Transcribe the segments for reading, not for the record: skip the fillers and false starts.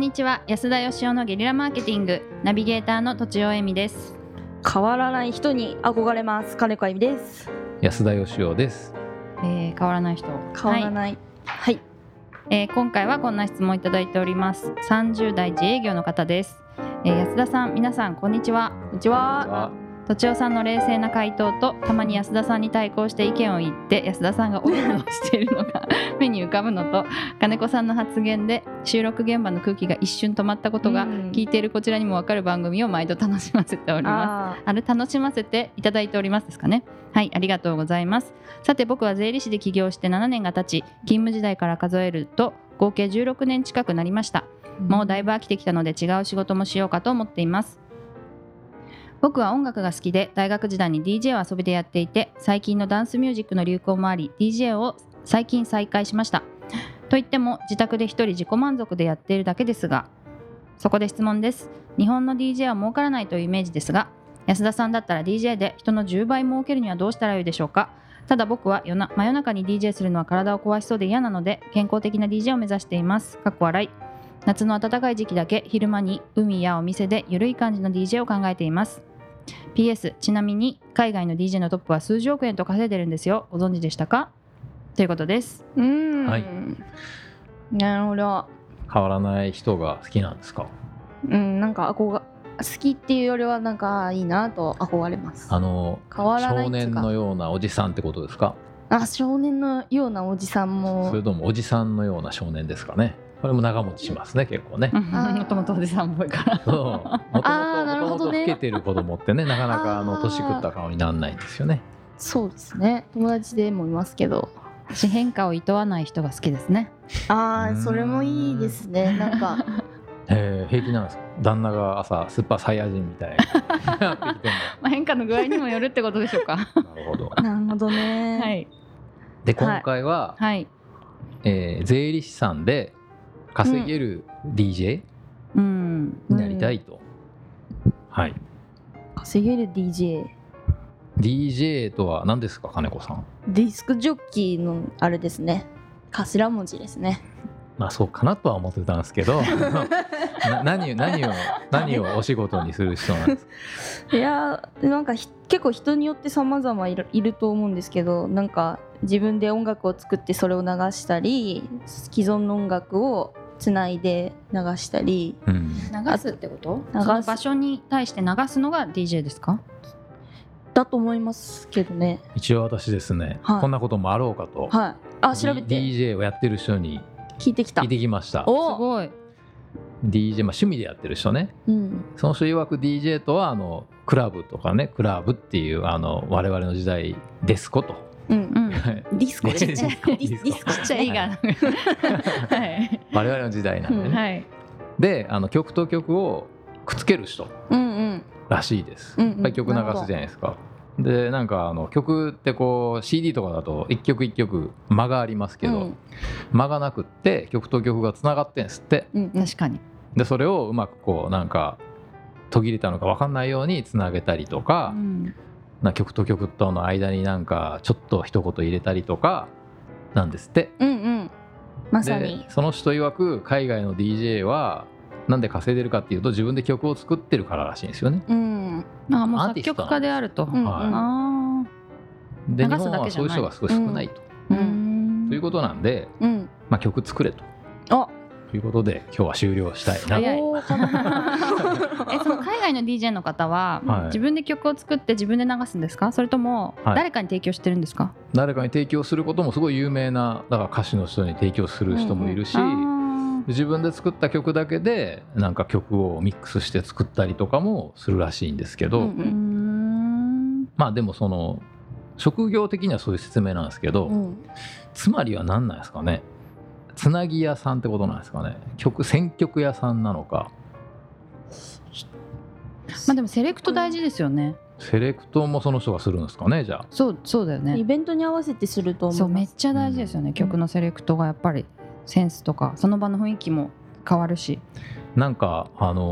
にちは。安田義雄のゲリラマーケティングナビゲーターのとちおえみです。 変わらない人に憧れます金子あゆみです。 安田義雄です。 変わらない人、 変わらない、はい、 今回はこんな質問いただいております。30代自営業の方です。安田さん、皆さんこんにちは。 こんにちは。 とちおさんの冷静な回答と、たまに安田さんに対抗して意見を言って安田さんがおどおどしているのが目に浮かぶのと、金子さんの発言で収録現場の空気が一瞬止まったことが、聞いているこちらにも分かる番組を毎度楽しませております。あれ楽しませていただいておりますですかね。はい、ありがとうございます。さて、僕は税理士で起業して7年が経ち、勤務時代から数えると合計16年近くなりました。もうだいぶ飽きてきたので違う仕事もしようかと思っています。僕は音楽が好きで、大学時代に DJ を遊びでやっていて、最近のダンスミュージックの流行もあり DJ を最近再開しました。といっても自宅で一人自己満足でやっているだけですが、そこで質問です。日本の DJ は儲からないというイメージですが、安田さんだったら DJ で人の10倍儲けるにはどうしたらよいでしょうか。ただ僕は真夜中に DJ するのは体を壊しそうで嫌なので、健康的な DJ を目指しています。かっこ笑い。夏の暖かい時期だけ昼間に海やお店でゆるい感じの DJ を考えています。PS、ちなみに海外の DJ のトップは数十億円と稼いでるんですよ。ご存知でしたか？ということです。 はい、 なるほど。 変わらない人が好きなんですか？ なんか好きっていうよりはなんかいいなと憧れます。変わらない少年のようなおじさんってことですか？ 少年のようなおじさんも、 それともおじさんのような少年ですかね。これも長持ちしますね、結構ね。 もともとおじさんっぽいからもともと老けてる子供ってね、なかなか年食った顔にならないんですよね。 そうですね。友達でもいますけど、 変化を厭わない人が好きですね。 それもいいですね。なんか平気なんですか？旦那が朝スーパーサイヤ人みたいになってきてん変化の具合にもよるってことでしょうか。 なるほど。 なるほどね。 はい。 で、今回は、 はい、 税理士さんで稼げる DJ になりたいと。はい。 稼げる DJ とは何ですか、金子さん？ ディスクジョッキーのあれですね。頭文字ですね。 まあそうかなとは思ってたんですけど何をお仕事にする人なんですか？ いや、なんか結構人によって様々いると思うんですけど、なんか自分で音楽を作ってそれを流したり、既存の音楽をつないで流したり、 流すってこと？ その場所に対して流すのが DJ ですか？ だと思いますけどね。 一応私ですね、こんなこともあろうかと、 調べて DJ をやってる人に聞いてきました。 すごい。 DJ、趣味でやってる人ね、その人曰く DJ とはクラブとかね、クラブっていう我々の時代ディスコと、 ディスコですね。ディスコちっちゃいが我々の時代なんでね、で曲と曲をくっつける人らしいです。やっぱり曲流すじゃないですか。で、なんか曲ってこう CD とかだと一曲一曲間がありますけど、間がなくって曲と曲がつながってんですって。 確かに。 でそれをうまくこうなんか途切れたのか分かんないようにつなげたりとか、曲と曲との間になんかちょっと一言入れたりとかなんですって。 まさに。 でその人曰く海外の DJ はなんで稼いでるかっていうと、自分で曲を作ってるかららしいんですよね。 もう作曲家であると。 で日本はそういう人がすごい少ないと、ということなんで、曲作れということで今日は終了したいなと。 その海外の DJ の方は、自分で曲を作って自分で流すんですか？それとも誰かに提供してるんですか？ 誰かに提供することもすごい有名な、だから歌手の人に提供する人もいるし、自分で作った曲だけでなんか曲をミックスして作ったりとかもするらしいんですけど、まあでもその職業的にはそういう説明なんですけど、つまりは何なんですかね。つなぎ屋さんってことなんですかね。選曲屋さんなのか。 でもセレクト大事ですよね。 セレクトもその人がするんですかね。じゃあそうだよね。 イベントに合わせてすると思います。 めっちゃ大事ですよね、曲のセレクトが。やっぱりセンスとかその場の雰囲気も変わるし、 なんか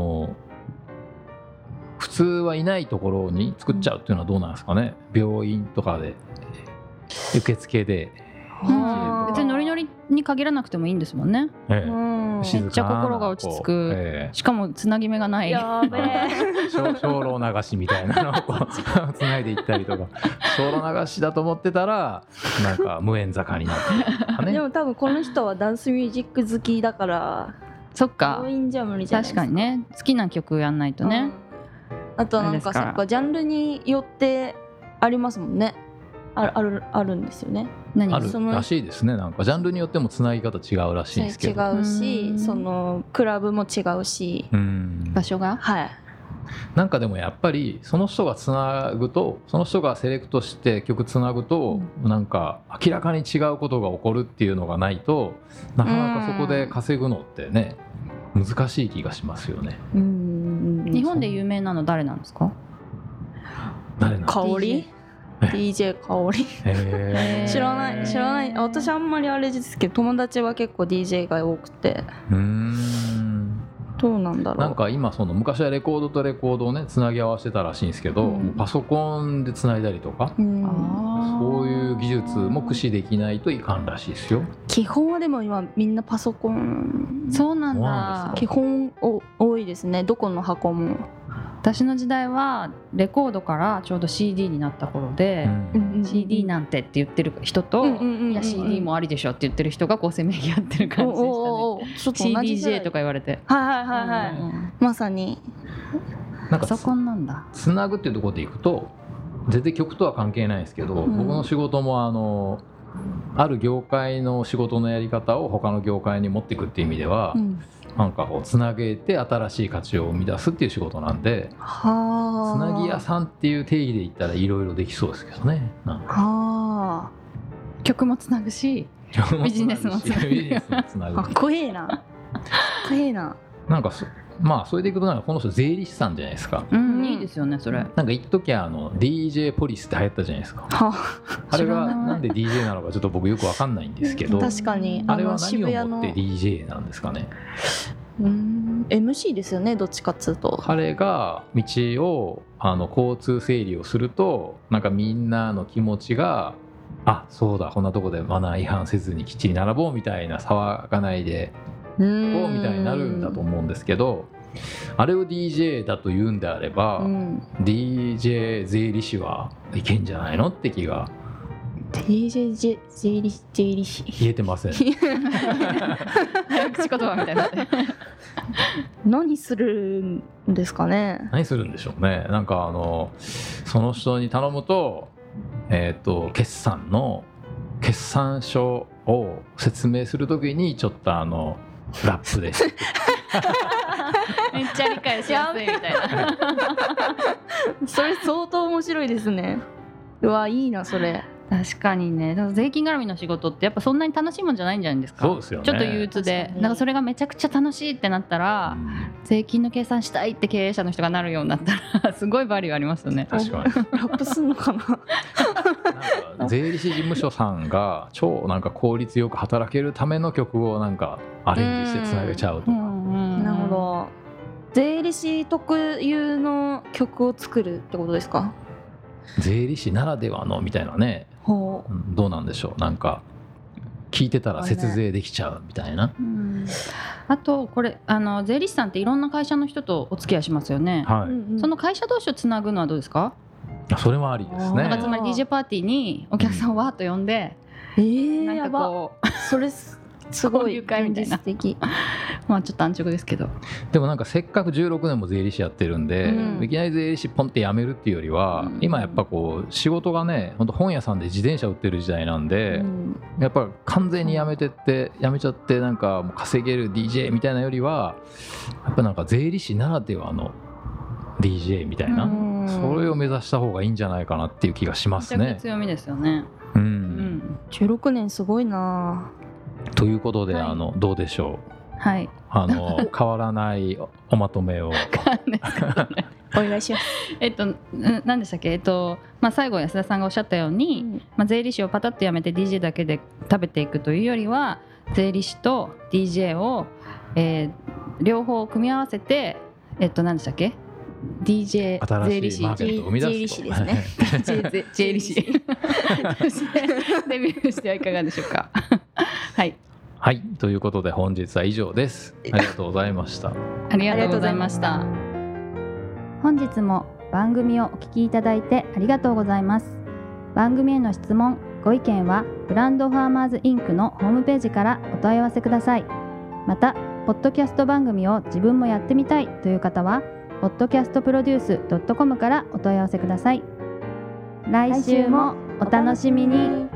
普通はいないところに作っちゃうっていうのはどうなんですかね。病院とかで受付であー別にノリノリに限らなくてもいいんですもんね。 ええうんめっちゃ心が落ち着くええしかもつなぎ目がない。 やべえ精霊流しみたいなのをこうつないでいったりとか、精霊流しだと思ってたらなんか無縁坂になってるとかね。 でも多分この人はダンスミュージック好きだからそっか強引じゃ無理じゃないですか。 確かにね好きな曲やんないとね、 うんあとはなんかあれですからそっかジャンルによってありますもんね。あるんですよね。 何があるそのらしいですね。なんかジャンルによってもつなぎ方違うらしいんですけど。 違うしうんそのクラブも違うし、 うん場所がはいなんかでもやっぱりその人がつなぐと、その人がセレクトして曲つなぐと、なんか明らかに違うことが起こるっていうのがないとなかなかそこで稼ぐのってね難しい気がしますよね。 日本で有名なの誰なんですか？ 誰なの？ 香り DJ 香りへー知らない私あんまりあれですけど友達は結構 DJ が多くてどうなんだろう。 なんか今その昔はレコードとレコードをねつなぎ合わせてたらしいんですけど、 うんもうパソコンでつないだりとか、 あーそういう技術も駆使できないといかんらしいですよ。 基本はでも今みんなパソコンそうなんそうなんだです基本多いですね。どこの箱も、 私の時代はレコードからちょうど CD になった頃で、CD なんてって言ってる人と、いや CD もありでしょって言ってる人がこうせめぎ合ってる感じでしたね。 ちょっと同じ世代 CDJ とか言われて、 はいはいはいはい、 うんまさになんかパソコンなんだ。 つなぐっていうところでいくと全然曲とは関係ないんですけど、 ん僕の仕事もある業界の仕事のやり方を他の業界に持っていくっていう意味では、なんかこうつなげて新しい価値を生み出すっていう仕事なんで、 はつなぎ屋さんっていう定義で言ったらいろいろできそうですけどね。なんかは曲もつなぐしビジネスもつなぐビジネスもつなぐあかっこいいなかっこいいな。 なんかまあそれでいくとなんかこの人税理士さんじゃないですか。 うんいいですよねそれ。 なんか一時DJ ポリスって流行ったじゃないですか。 はあれが知らないなんで DJ なのかちょっと僕よくわかんないんですけど、 確かにあれは渋谷の何をもって DJ なんですかね。 MC ですよねどっちかっつうと。 彼が道を交通整理をするとなんかみんなの気持ちがそうだこんなとこでマナー違反せずにきっちり並ぼうみたいな騒がないでこうみたいになるんだと思うんですけど、あれを DJ だと言うんであれば、DJ 税理士はいけんじゃないのって気が。 DJ 税理士言えてません。 早口言葉みたいになって何するんですかね。 何するんでしょうね。なんかその人に頼むと決算書を説明するときにちょっとラップでめっちゃ理解しやすいみたいな。 それ相当面白いですね。うわいいなそれ。 確かにね。だから税金絡みの仕事ってやっぱそんなに楽しいもんじゃないんじゃないですか。 そうですよね。 ちょっと憂鬱確でかになんかそれがめちゃくちゃ楽しいってなったら、税金の計算したいって経営者の人がなるようになったらすごいバリューありますよね。 確かにラップすんのかな。 なんか税理士事務所さんが超なんか効率よく働けるための曲をなんかアレンジしてつなげちゃうとか、 なるほど。税理士特有の曲を作るってことですか。 税理士ならではのみたいなね、 ほどうなんでしょう。なんか聞いてたら節税できちゃうみたいな、 あとこれ税理士さんっていろんな会社の人とお付き合いしますよね。 はい、 その会社同士をつなぐのはどうですか？ それもありですね。 なんかつまり DJ パーティーにお客さんをわーっと呼んで、なんやば。 かこそれすごい交流会みたいな現実的。 まあちょっと安直ですけど、 でもなんかせっかく16年も税理士やってるんで、いきなり税理士ポンって辞めるっていうよりは、今やっぱこう仕事がね本当本屋さんで自転車売ってる時代なんで、やっぱ完全に辞めちゃってなんかもう稼げる DJ みたいなよりはやっぱなんか税理士ならではの DJ みたいな、それを目指した方がいいんじゃないかなっていう気がしますね。 めちゃくちゃ強みですよね。 16年すごいな。 ということで、 はいどうでしょう。 はい。 変わらないおまとめをお願いします。 何でしたっけ？まあ最後安田さんがおっしゃったように、まあ税理士をパタッとやめて DJ だけで食べていくというよりは、税理士と DJ を、両方組み合わせて何でしたっけ？ DJ 新しいマーケットを生み出すと。 税理士ですね。 税理士そしてデビューしてはいかがでしょうか。はいはい、ということで本日は以上です。ありがとうございました。 ありがとうございました。 本日も番組をお聞きいただいてありがとうございます。番組への質問ご意見はブランドファーマーズインクのホームページからお問い合わせください。またポッドキャスト番組を自分もやってみたいという方はpodcastproduce.com からお問い合わせください。来週もお楽しみに。